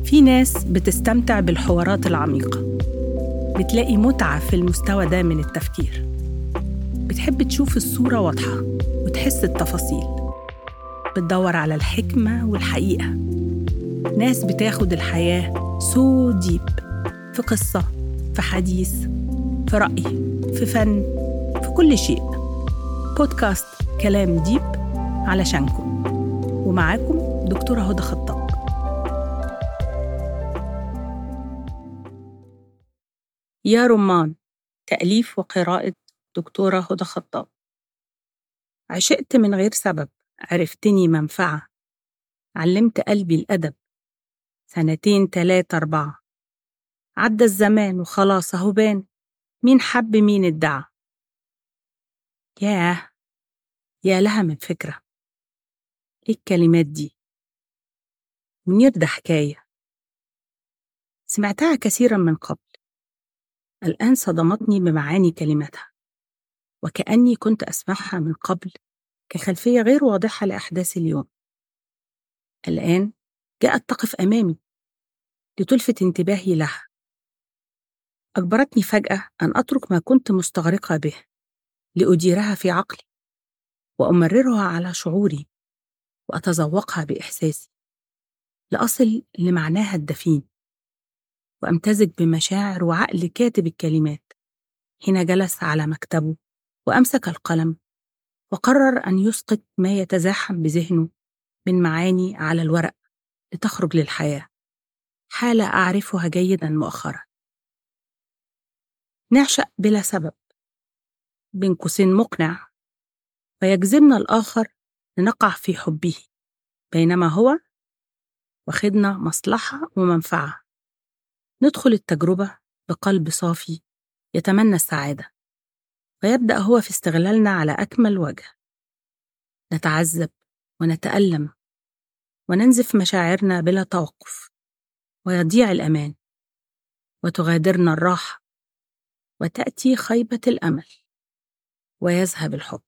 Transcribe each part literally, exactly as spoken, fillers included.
في ناس بتستمتع بالحوارات العميقة، بتلاقي متعة في المستوى ده من التفكير، بتحب تشوف الصورة واضحة وتحس التفاصيل، بتدور على الحكمة والحقيقة. ناس بتاخد الحياة سو ديب، في قصة، في حديث، في رأي، في فن، في كل شيء. بودكاست كلام ديب علشانكم، ومعاكم دكتورة هدى خطاب. يا رمان، تأليف وقراءة دكتورة هدى خطاب. عشقت من غير سبب، عرفتني منفعة، علمت قلبي الأدب، سنتين تلاتة أربعة، عدى الزمان وخلاص أهو بان، مين حب مين ادعى. ياه، يا لها من فكرة، إيه الكلمات دي؟ منير ده حكاية سمعتها كثيرا من قبل، الآن صدمتني بمعاني كلماتها، وكأني كنت أسمعها من قبل كخلفية غير واضحة لأحداث اليوم. الآن جاءت تقف أمامي لتلفت انتباهي لها، أجبرتني فجأة أن أترك ما كنت مستغرقة به لأديرها في عقلي وأمررها على شعوري وأتذوقها بإحساسي، لأصل لمعناها الدفين وأمتزج بمشاعر وعقل كاتب الكلمات حين جلس على مكتبه وأمسك القلم وقرر أن يسقط ما يتزاحم بذهنه من معاني على الورق لتخرج للحياة، حالة أعرفها جيدا مؤخرا. نعشق بلا سبب، بين قوسين مقنع، فيجذبنا الآخر لنقع في حبه، بينما هو واخدنا مصلحة ومنفعة. ندخل التجربة بقلب صافي يتمنى السعادة، ويبدأ هو في استغلالنا على أكمل وجه. نتعذب ونتألم وننزف مشاعرنا بلا توقف، ويضيع الأمان وتغادرنا الراحة، وتأتي خيبة الأمل ويذهب الحب.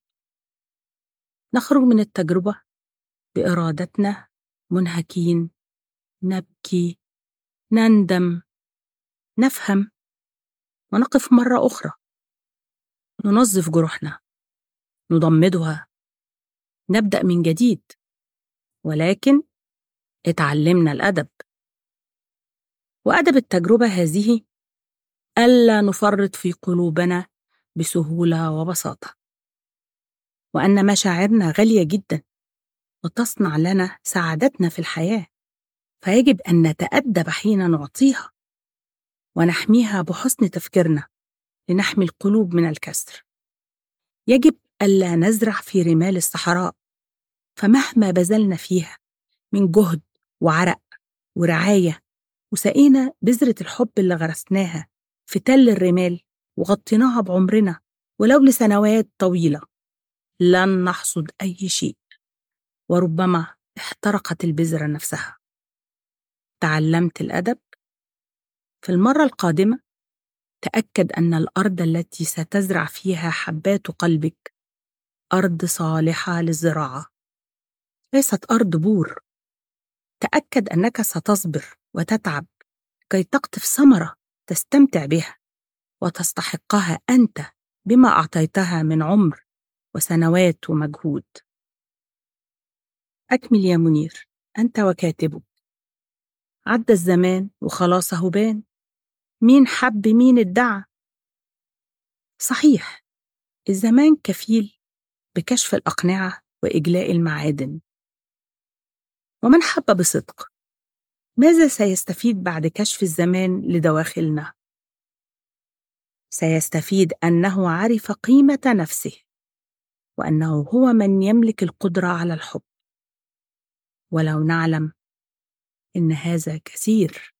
نخرج من التجربة بإرادتنا منهكين، نبكي، نندم، نفهم، ونقف مرة أخرى، ننظف جروحنا، نضمدها، نبدأ من جديد، ولكن اتعلمنا الأدب. وأدب التجربة هذه ألا نفرط في قلوبنا بسهولة وبساطة، وأن مشاعرنا غالية جدا وتصنع لنا سعادتنا في الحياة، فيجب أن نتأدب حين نعطيها ونحميها بحسن تفكيرنا لنحمي القلوب من الكسر. يجب ألا نزرع في رمال الصحراء، فمهما بذلنا فيها من جهد وعرق ورعاية وسقينا بذرة الحب اللي غرسناها في تل الرمال وغطيناها بعمرنا ولو لسنوات طويلة، لن نحصد أي شيء، وربما احترقت البذرة نفسها. تعلمت الأدب؟ في المرة القادمة تأكد أن الأرض التي ستزرع فيها حبات قلبك أرض صالحة للزراعة، ليست أرض بور. تأكد أنك ستصبر وتتعب كي تقطف ثمرة تستمتع بها وتستحقها أنت بما أعطيتها من عمر وسنوات ومجهود. أكمل يا منير، أنت وكاتبك. عدى الزمان وخلاص أهو بان، مين حب مين ادعى. صحيح، الزمان كفيل بكشف الأقنعة وإجلاء المعادن، ومن حب بصدق ماذا سيستفيد بعد كشف الزمان لدواخلنا؟ سيستفيد أنه عرف قيمة نفسه، وأنه هو من يملك القدرة على الحب، ولو نعلم إن هذا كثير